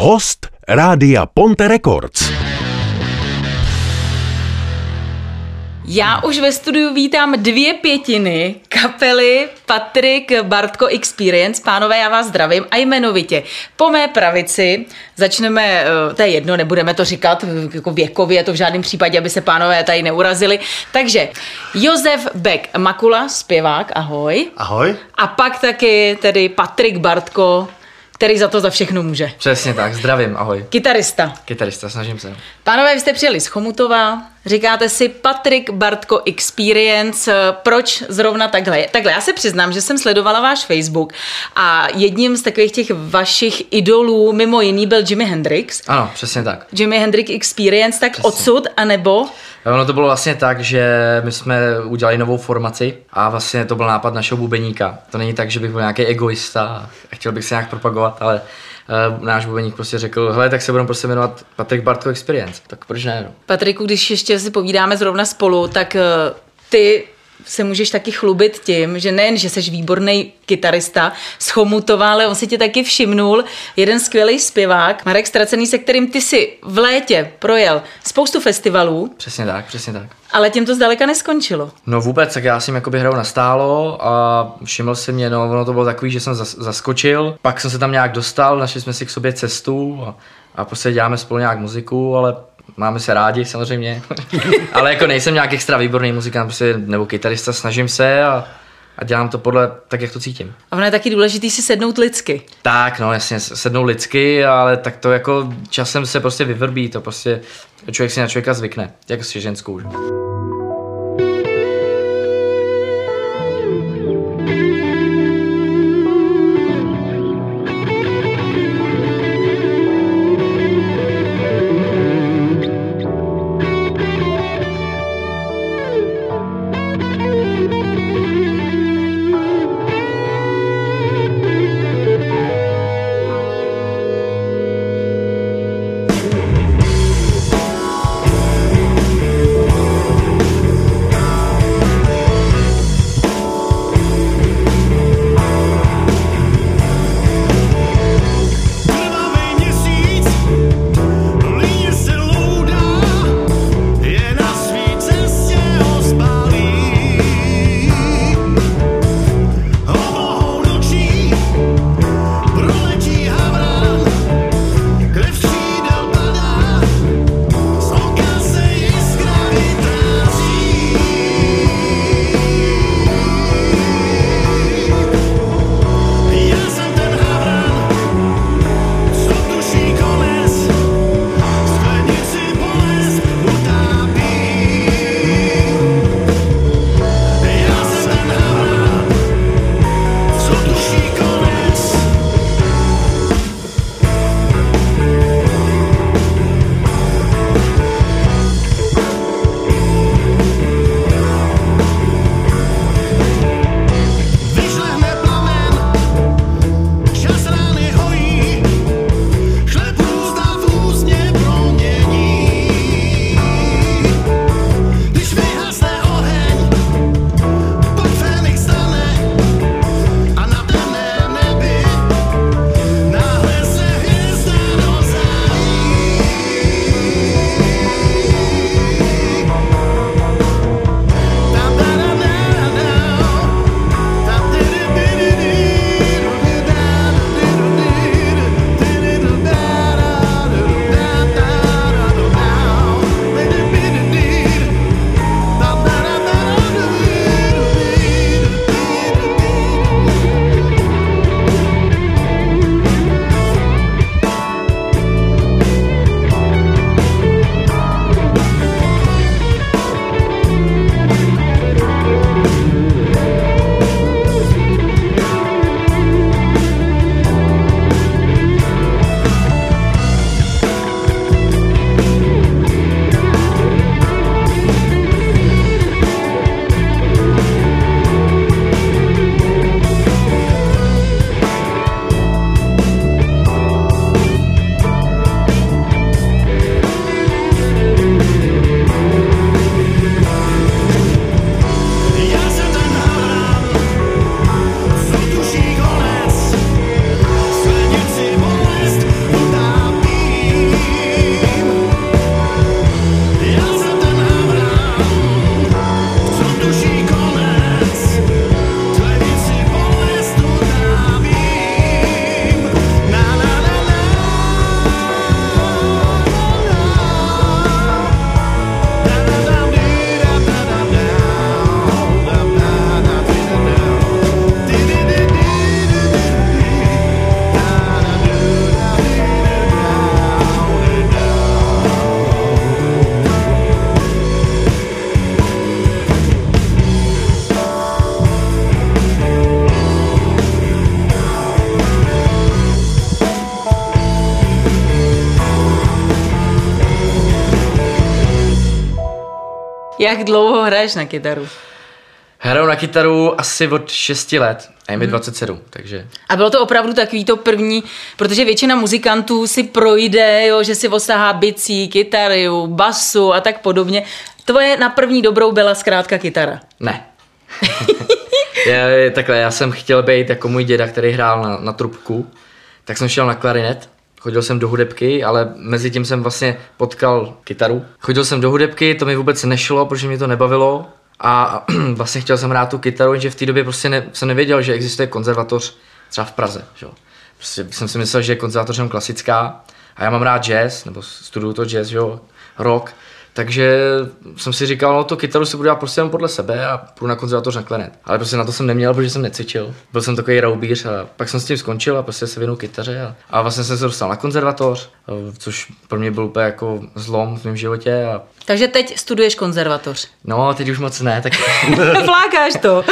Host Rádia Ponte Records. Já už ve studiu vítám 2/5 kapely Patrik Bartko Experience. Pánové, já vás zdravím a jmenovitě po mé pravici začneme, to je jedno, nebudeme to říkat jako věkově, to v žádném případě, aby se pánové tady neurazili. Takže Josef Beck Makula, zpěvák, ahoj. Ahoj. A pak taky tedy Patrik Bartko, který za všechno může. Přesně tak, zdravím, ahoj. Kytarista. Kytarista, snažím se. Pánové, vy jste přijeli z Chomutova, říkáte si Patrik Bartko Experience, proč zrovna takhle? Takhle, já se přiznám, že jsem sledovala váš Facebook a jedním z takových těch vašich idolů mimo jiný byl Jimi Hendrix. Ano, přesně tak. Jimi Hendrix Experience, tak přesně. Odsud, anebo? Ono to bylo vlastně tak, že my jsme udělali novou formaci a vlastně to byl nápad našeho bubeníka. To není tak, že bych byl nějaký egoista a chtěl bych se nějak propagovat, ale náš bubeník prostě řekl, hele, tak se budeme prostě jmenovat Patrik Bartko Experience, tak proč ne? No? Patriku, když ještě si povídáme zrovna spolu, tak ty se můžeš taky chlubit tím, že nejen, že jsi výborný kytarista z Chomutova, ale on si tě taky všimnul, jeden skvělý zpěvák, Marek Stracený, se kterým ty si v létě projel spoustu festivalů. Přesně tak, přesně tak. Ale tím to zdaleka neskončilo. No vůbec, tak já jsem jakoby hrál nastálo a všiml se mě, no ono to bylo takový, že jsem zaskočil, pak jsem se tam nějak dostal, našli jsme si k sobě cestu a prostě děláme spolu nějak muziku, ale máme se rádi samozřejmě, ale jako nejsem nějak extra výborný muzikant prostě, nebo kytarista, snažím se a dělám to podle tak, jak to cítím. A ono je taky důležitý si sednout lidsky. Tak, no jasně, sednou lidsky, ale tak to jako časem se prostě vyvrbí, to prostě člověk si na člověka zvykne, jako si ženskou. Že? Jak dlouho hraješ na kytaru? Hraju na kytaru asi od 6 let a je mi 27, takže... A bylo to opravdu takový to první, protože většina muzikantů si projde, jo, že si osahá bicí, kytary, basu a tak podobně. Tvoje na první dobrou byla zkrátka kytara. Ne. Takhle, já jsem chtěl být jako můj děda, který hrál na trubku, tak jsem šel na klarinet. Chodil jsem do hudebky, ale mezi tím jsem vlastně potkal kytaru. Chodil jsem do hudebky, to mi vůbec nešlo, protože mě to nebavilo. A vlastně chtěl jsem hrát tu kytaru, že v té době prostě jsem nevěděl, že existuje konzervatoř třeba v Praze. Že? Prostě jsem si myslel, že je konzervatoř jenom klasická a já mám rád jazz, nebo studuju to jazz, jo, rock. Takže jsem si říkal, no to kytaru si budu dělat prostě jenom podle sebe a půjdu na konzervatoř na klarinet. Ale prostě na to jsem neměl, protože jsem necvičil. Byl jsem takový raubíř a pak jsem s tím skončil a prostě se věnul kytaře a vlastně jsem se dostal na konzervatoř, což pro mě byl úplně jako zlom v mém životě. Takže teď studuješ konzervatoř. No, teď už moc ne, tak... Flákáš to.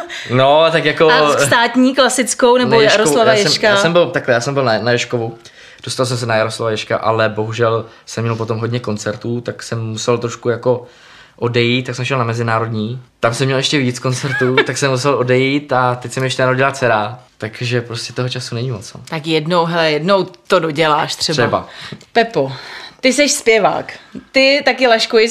No, tak jako... A státní, klasickou nebo Jaroslava Ježka? Já jsem byl na Ježkovu. Dostal jsem se na Jaroslava Ježka, ale bohužel jsem měl potom hodně koncertů, tak jsem musel trošku jako odejít, tak jsem šel na mezinárodní. Tam jsem měl ještě víc koncertů, tak jsem musel odejít a teď jsem ještě narodila dcera, takže prostě toho času není moc. Tak jednou to doděláš třeba. Pepo, ty jsi zpěvák. Ty taky laškuješ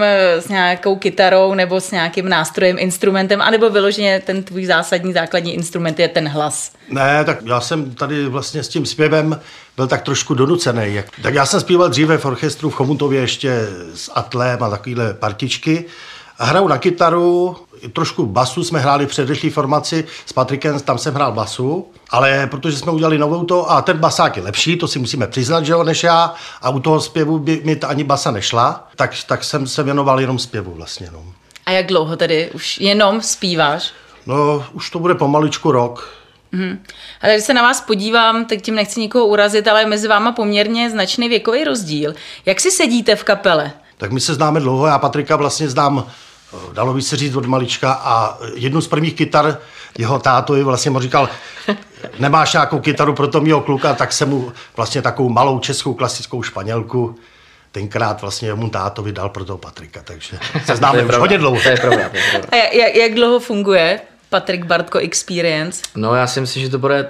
s nějakou kytarou nebo s nějakým nástrojem, instrumentem, anebo vyloženě ten tvůj základní instrument je ten hlas? Ne, tak já jsem tady vlastně s tím zpěvem byl tak trošku donucený. Tak já jsem zpíval dříve v orchestru v Chomutově ještě s Atlem a takovýhle partičky. A hraju na kytaru, trošku basu jsme hráli v předešlý formaci s Patrikem, tam jsem hrál basu, ale protože jsme udělali novou to a ten basák je lepší, to si musíme přiznat, že jo, než já a u toho zpěvu by mi ani basa nešla, tak jsem se věnoval jenom zpěvu vlastně. No. A jak dlouho tedy už jenom zpíváš? No, už to bude pomaličku rok. Ale když se na vás podívám, tak tím nechci nikoho urazit, ale mezi váma poměrně značný věkový rozdíl. Jak si sedíte v kapele? Tak my se známe dlouho, já Patrika vlastně znám, dalo by se říct od malička a jednu z prvních kytar jeho tátovi vlastně mu říkal, nemáš nějakou kytaru pro toho mýho kluka, tak jsem mu vlastně takovou malou českou klasickou španělku tenkrát vlastně mu tátovi dal pro toho Patrika, takže se známe už hodně dlouho. To je pravda. A jak dlouho funguje Patrik Bartko Experience? No já si myslím, že to bude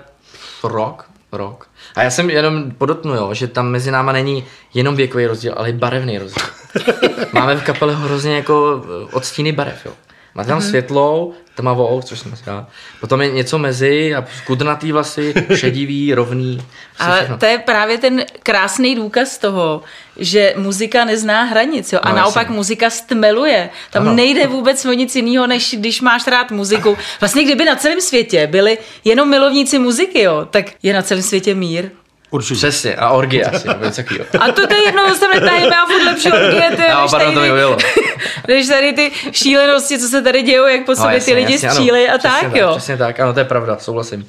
rok. A já jsem jenom podotknu, jo, že tam mezi náma není jenom věkový rozdíl, ale i barevný rozdíl. Máme v kapele hrozně jako odstíny barev, jo. Máte tam světlou, tmavou, což jsem říkal. Potom je něco mezi a kudrnatý vlasy, šedivý, rovný. Ale všechno. to je právě ten krásný důkaz toho, že muzika nezná hranic, jo? A No, naopak jasně. muzika stmeluje. Tam nejde vůbec o nic jiného, než když máš rád muziku. Vlastně kdyby na celém světě byli jenom milovníci muziky, jo, tak je na celém světě mír. Určitě. Přesně, a orgie asi, nebo něco takového. A to tady jednou se netahíme a furt lepší orgie, než tady ty šílenosti, co se tady dějou, jak po sobě ty lidi střílejí a tak, jo. Přesně tak, ano, to je pravda, souhlasím.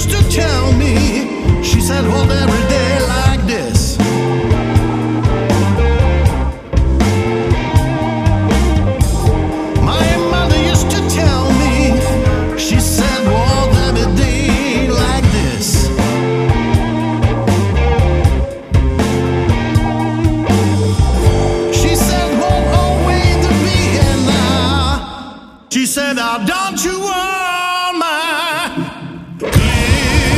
used to tell me, she said, hold every day like this. My mother used to tell me, she said, hold every day like this. She said, hold always to be here now. She said, oh, don't you want my clear?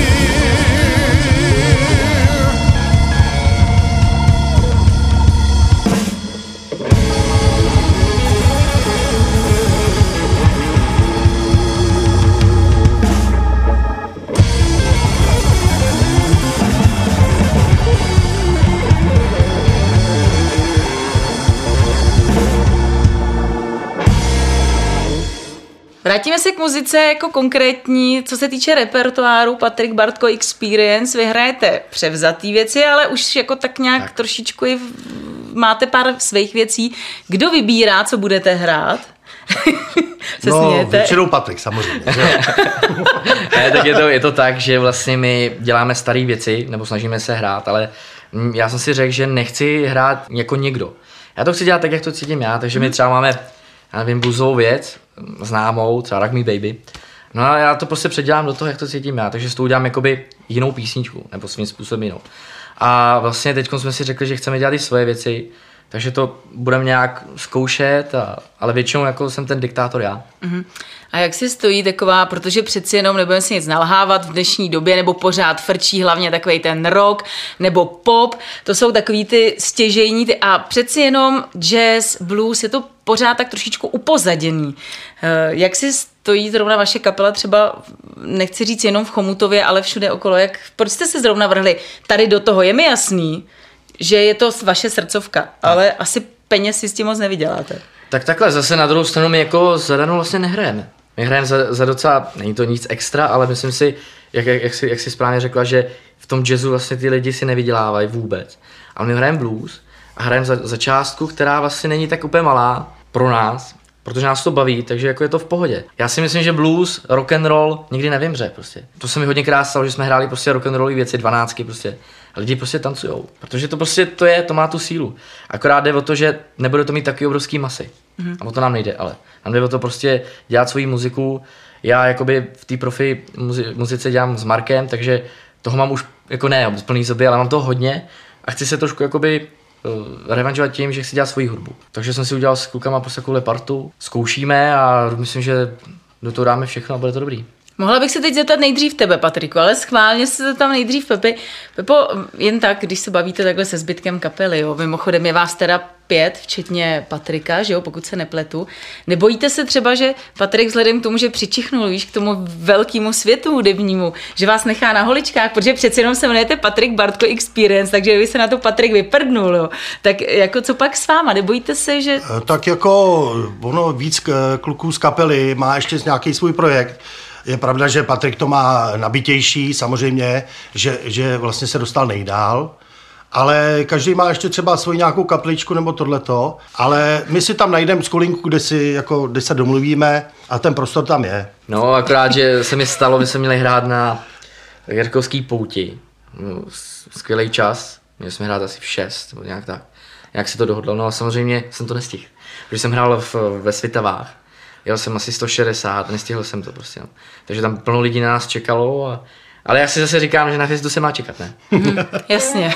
Vrátíme se k muzice jako konkrétní, co se týče repertoáru Patrik Bartko Experience, vy hrajete převzatý věci, ale už jako tak nějak trošičku i máte pár svých věcí. Kdo vybírá, co budete hrát? Se smějete? Většinou Patrik, samozřejmě. Ne, tak je to tak, že vlastně my děláme staré věci, nebo snažíme se hrát, ale já jsem si řekl, že nechci hrát jako někdo. Já to chci dělat tak, jak to cítím já, takže my třeba máme, já nevím, bluesovou věc, známou, třeba Rock Me Baby. No a já to prostě předělám do toho, jak to cítím já, takže s tou udělám jakoby jinou písničku, nebo svým způsobem jinou. A vlastně teď jsme si řekli, že chceme dělat i svoje věci, takže to budeme nějak zkoušet, ale většinou jako jsem ten diktátor já. Uh-huh. A jak si stojí taková, protože přeci jenom nebudeme si nic nalhávat v dnešní době, nebo pořád frčí hlavně takovej ten rock, nebo pop, to jsou takový ty stěžejní, a přeci jenom jazz, blues, je to pořád tak trošičku upozaděný. Jak si stojí zrovna vaše kapela třeba, nechci říct jenom v Chomutově, ale všude okolo, proč jste se zrovna vrhli tady do toho? Je mi jasný, že je to vaše srdcovka, ale asi peněz si s tím moc nevyděláte. Tak takhle, zase na druhou stranu my jako zadarmo vlastně nehrajeme. My hrajeme za docela, není to nic extra, ale myslím si, jak jsi správně řekla, že v tom jazzu vlastně ty lidi si nevydělávají vůbec. Ale my hrajeme blues a hrajeme za částku, která vlastně není tak úplně malá pro nás, protože nás to baví, takže jako je to v pohodě. Já si myslím, že blues, rock and roll nikdy nevymře prostě. To se mi hodněkrát stalo, že jsme hráli prostě rock and rollové věci, 12 prostě. A lidi prostě tancujou, protože to prostě to má tu sílu. Akorát jde o to, že nebude to mít taky obrovský masy. A o to nám nejde, ale nám jde o to prostě dělat svoji muziku. Já jakoby v té profi muzice dělám s Markem, takže toho mám už jako ne plný zuby, ale mám toho hodně a chci se trošku jakoby revanžovat tím, že chci dělat svoji hudbu. Takže jsem si udělal s klukama prostě takovou partu, zkoušíme a myslím, že do toho dáme všechno a bude to dobrý. Mohla bych se teď zeptat nejdřív tebe, Patriku, ale schválně se zeptám nejdřív Pepi. Pepo, jen tak, když se bavíte takhle se zbytkem kapely, jo, mimochodem je vás teda 5, včetně Patrika, že jo, pokud se nepletu. Nebojíte se třeba, že Patrik vzhledem k tomu, že přičichnul, víš, k tomu velkému světu hudebnímu, že vás nechá na holičkách, protože přeci jenom se jmenujete Patrik Bartko Experience, takže kdyby se na to Patrik vyprdnul, jo. Tak jako co pak s váma, nebojíte se, že... Tak jako ono víc kluků z kapely má ještě nějaký svůj projekt. Je pravda, že Patrik to má nabitější, samozřejmě, že vlastně se dostal nejdál, ale každý má ještě třeba svoji nějakou kapličku nebo tohleto, ale my si tam najdeme skulinku, kde se domluvíme a ten prostor tam je. No, akorát, že se mi stalo, že jsme měli hrát na Jirkovský pouti. No, skvělý čas, měli jsme hrát asi v 6, nebo nějak tak. Jak se to dohodlo, no a samozřejmě jsem to nestihl, protože jsem hrál ve Svitavách. Jel jsem asi 160, nestihl jsem to prostě. No. Takže tam plno lidí na nás čekalo, ale já si zase říkám, že na hvězdu se má čekat, ne? Jasně.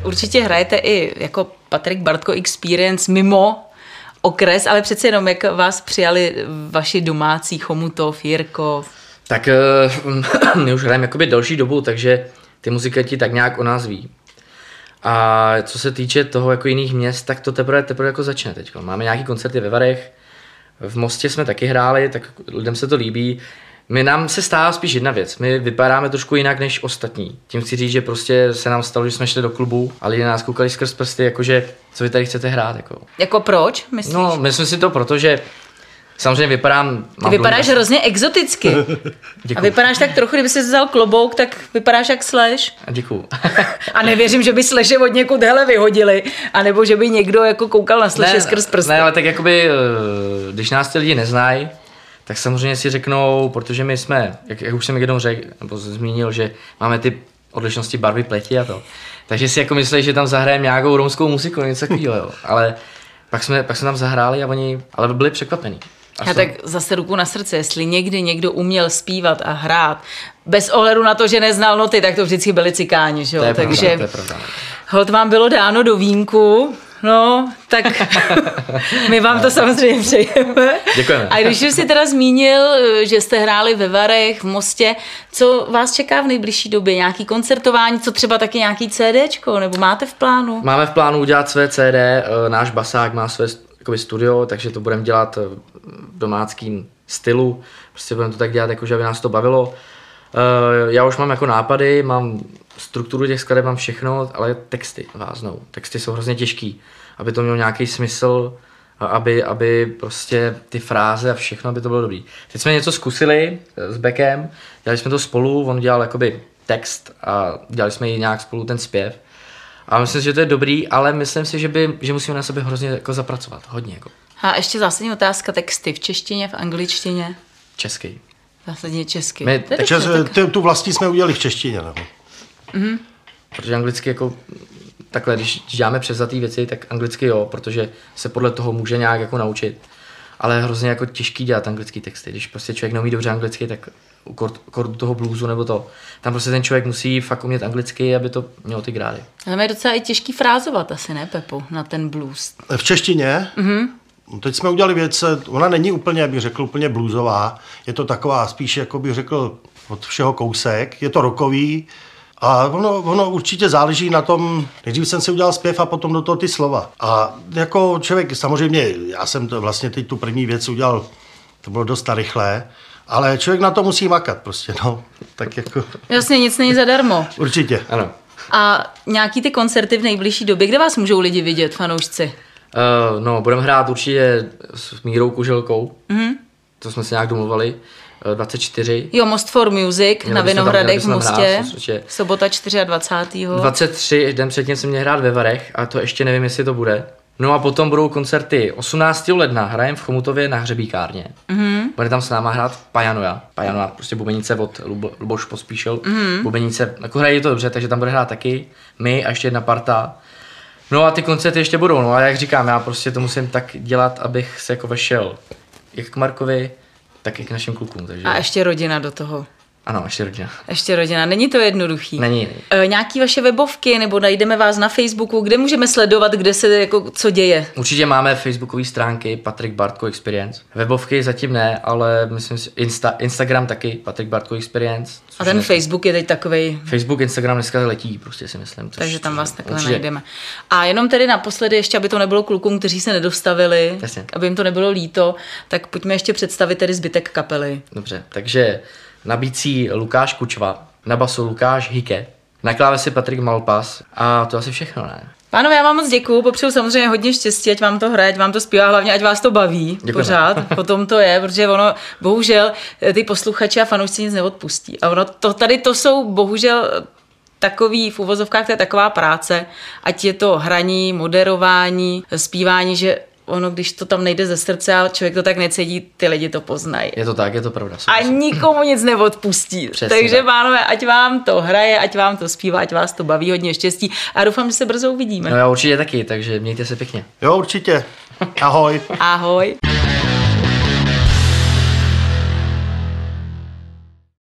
určitě hrajete i jako Patrik Bartko Experience mimo okres, ale přece jenom jak vás přijali vaši domácí Chomutov, Jirkov? Tak my už hrajeme jakoby delší dobu, takže ty muzikanti tak nějak o nás ví. A co se týče toho jako jiných měst, tak to teprve jako začne teď. Máme nějaký koncerty ve Varech, v Mostě jsme taky hráli, tak lidem se to líbí. Nám se stává spíš jedna věc, my vypadáme trošku jinak než ostatní. Tím chci říct, že prostě se nám stalo, že jsme šli do klubu a lidi nás koukali skrz prsty, jakože co vy tady chcete hrát. Jako proč, myslíš? No, myslím si to, protože samozřejmě vypadám... Ty vypadáš hrozně exoticky. A vypadáš tak trochu, kdyby jsi vzal klobouk, tak vypadáš jak Slash. Děkuju. A nevěřím, že by Slashe od někud vyhodili, anebo že by někdo jako koukal na Slashe skrz prsty. Ne, ale tak jakoby, když nás ty lidi neznají, tak samozřejmě si řeknou, protože my jsme, jak už jsem jednou řekl, nebo zmínil, že máme ty odlišnosti barvy pleti a to. Takže si jako mysleli, že tam zahrajeme nějakou romskou muziku, něco takového, ale pak jsme tam zahráli a oni ale byli překvapení. Já tak zase ruku na srdce, jestli někdy někdo uměl zpívat a hrát, bez ohledu na to, že neznal noty, tak to vždycky byli cikáni, že jo? Takže to je pravda. Holt vám bylo dáno do vínku, no, tak my vám to samozřejmě přejeme. Děkujeme. A když už jsi teda zmínil, že jste hráli ve Varech, v Mostě, co vás čeká v nejbližší době? Nějaký koncertování, co třeba taky nějaký CDčko, nebo máte v plánu? Máme v plánu udělat své CD, náš basák má své studio, takže to budeme dělat v domáckém stylu. Prostě budeme to tak dělat, jakože aby nás to bavilo. Já už mám jako nápady, mám strukturu těch skladeb, mám všechno, ale texty váznou. Texty jsou hrozně těžký, aby to mělo nějaký smysl, aby prostě ty fráze a všechno, aby to bylo dobrý. Teď jsme něco zkusili s Beckem, dělali jsme to spolu, on dělal jakoby text a dělali jsme i nějak spolu ten zpěv. A myslím si, že to je dobrý, ale myslím si, že musíme na sobě hrozně jako zapracovat, hodně. Jako. A ještě zásadní otázka, texty v češtině, v angličtině? Český. Zásadně česky. Tu vlastní jsme udělali v češtině, nebo? Mm-hmm. Protože anglicky jako takhle, když děláme převzatý věci, tak anglicky jo, protože se podle toho může nějak jako naučit. Ale je hrozně jako těžký dělat anglický texty. Když prostě člověk neumí dobře anglicky, tak u kordu toho bluesu nebo to, tam prostě ten člověk musí fakt umět anglicky, aby to mělo ty grády. Ale je docela i těžký frázovat asi, ne, Pepo, na ten blues. V češtině? Mhm. Teď jsme udělali věc, ona není úplně, bych řekl, úplně bluesová. Je to taková spíš, jako bych řekl, od všeho kousek. Je to rockový a ono určitě záleží na tom, nejdřív jsem si udělal zpěv a potom do toho ty slova. A jako člověk, samozřejmě, já jsem to vlastně teď tu první věc udělal, to bylo dost rychlé, ale člověk na to musí makat prostě, no. Tak jako... Jasně, nic není zadarmo. Určitě. Ano. A nějaký ty koncerty v nejbližší době, kde vás můžou lidi vidět, fanoušci? Budeme hrát určitě s Mírou Kuželkou, to jsme se nějak domluvali, 24. Jo, Most for Music na Vinohradech v Mostě, sobota 24. 23, den předtím jsem měl hrát ve Varech, a to ještě nevím, jestli to bude. No a potom budou koncerty 18. ledna, hrajem v Chomutově na Hřebíkárně. Bude tam s náma hrát Pajanoja, prostě bubenice od Luboš Pospíšil, bubenice, jako hrají to dobře, takže tam bude hrát taky, my a ještě jedna parta. No a ty koncerty ještě budou, no a jak říkám, já prostě to musím tak dělat, abych se jako vešel jak k Markovi, tak i k našim klukům. Takže... A ještě rodina do toho. Ano, ještě rodina. Ještě rodina, není to jednoduchý. Není. Nějaký vaše webovky, nebo najdeme vás na Facebooku, kde můžeme sledovat, kde se jako co děje? Určitě máme facebookové stránky Patrik Bartko Experience. Webovky zatím ne, ale myslím si Instagram taky Patrik Bartko Experience. A ten Facebook je teď takovej... Facebook, Instagram dneska letí, prostě si myslím. Takže tam vás takhle najdeme. A jenom tedy naposledy, ještě aby to nebylo klukům, kteří se nedostavili, Jasně. aby jim to nebylo líto, tak pojďme ještě představit tedy zbytek kapely. Dobře, takže na bicí Lukáš Kučva, na basu Lukáš Hike, na klávesi Patrik Malpas a to asi všechno, ne? Pánové, já vám moc děkuju, popřeju samozřejmě hodně štěstí, ať vám to hraje, ať vám to zpívá, hlavně ať vás to baví. Děkujeme. Pořád, potom to je, protože ono, bohužel, ty posluchači a fanoušci nic neodpustí. A ono, to jsou bohužel takový, v uvozovkách to je taková práce, ať je to hraní, moderování, zpívání, že ono, když to tam nejde ze srdce a člověk to tak necítí, ty lidi to poznají. Je to tak, je to pravda. A nikomu nic neodpustí. Přesně takže tak. Pánové, ať vám to hraje, ať vám to zpívá, ať vás to baví, hodně štěstí a doufám, že se brzo uvidíme. No já určitě taky, takže mějte se pěkně. Jo, určitě. Ahoj. Ahoj.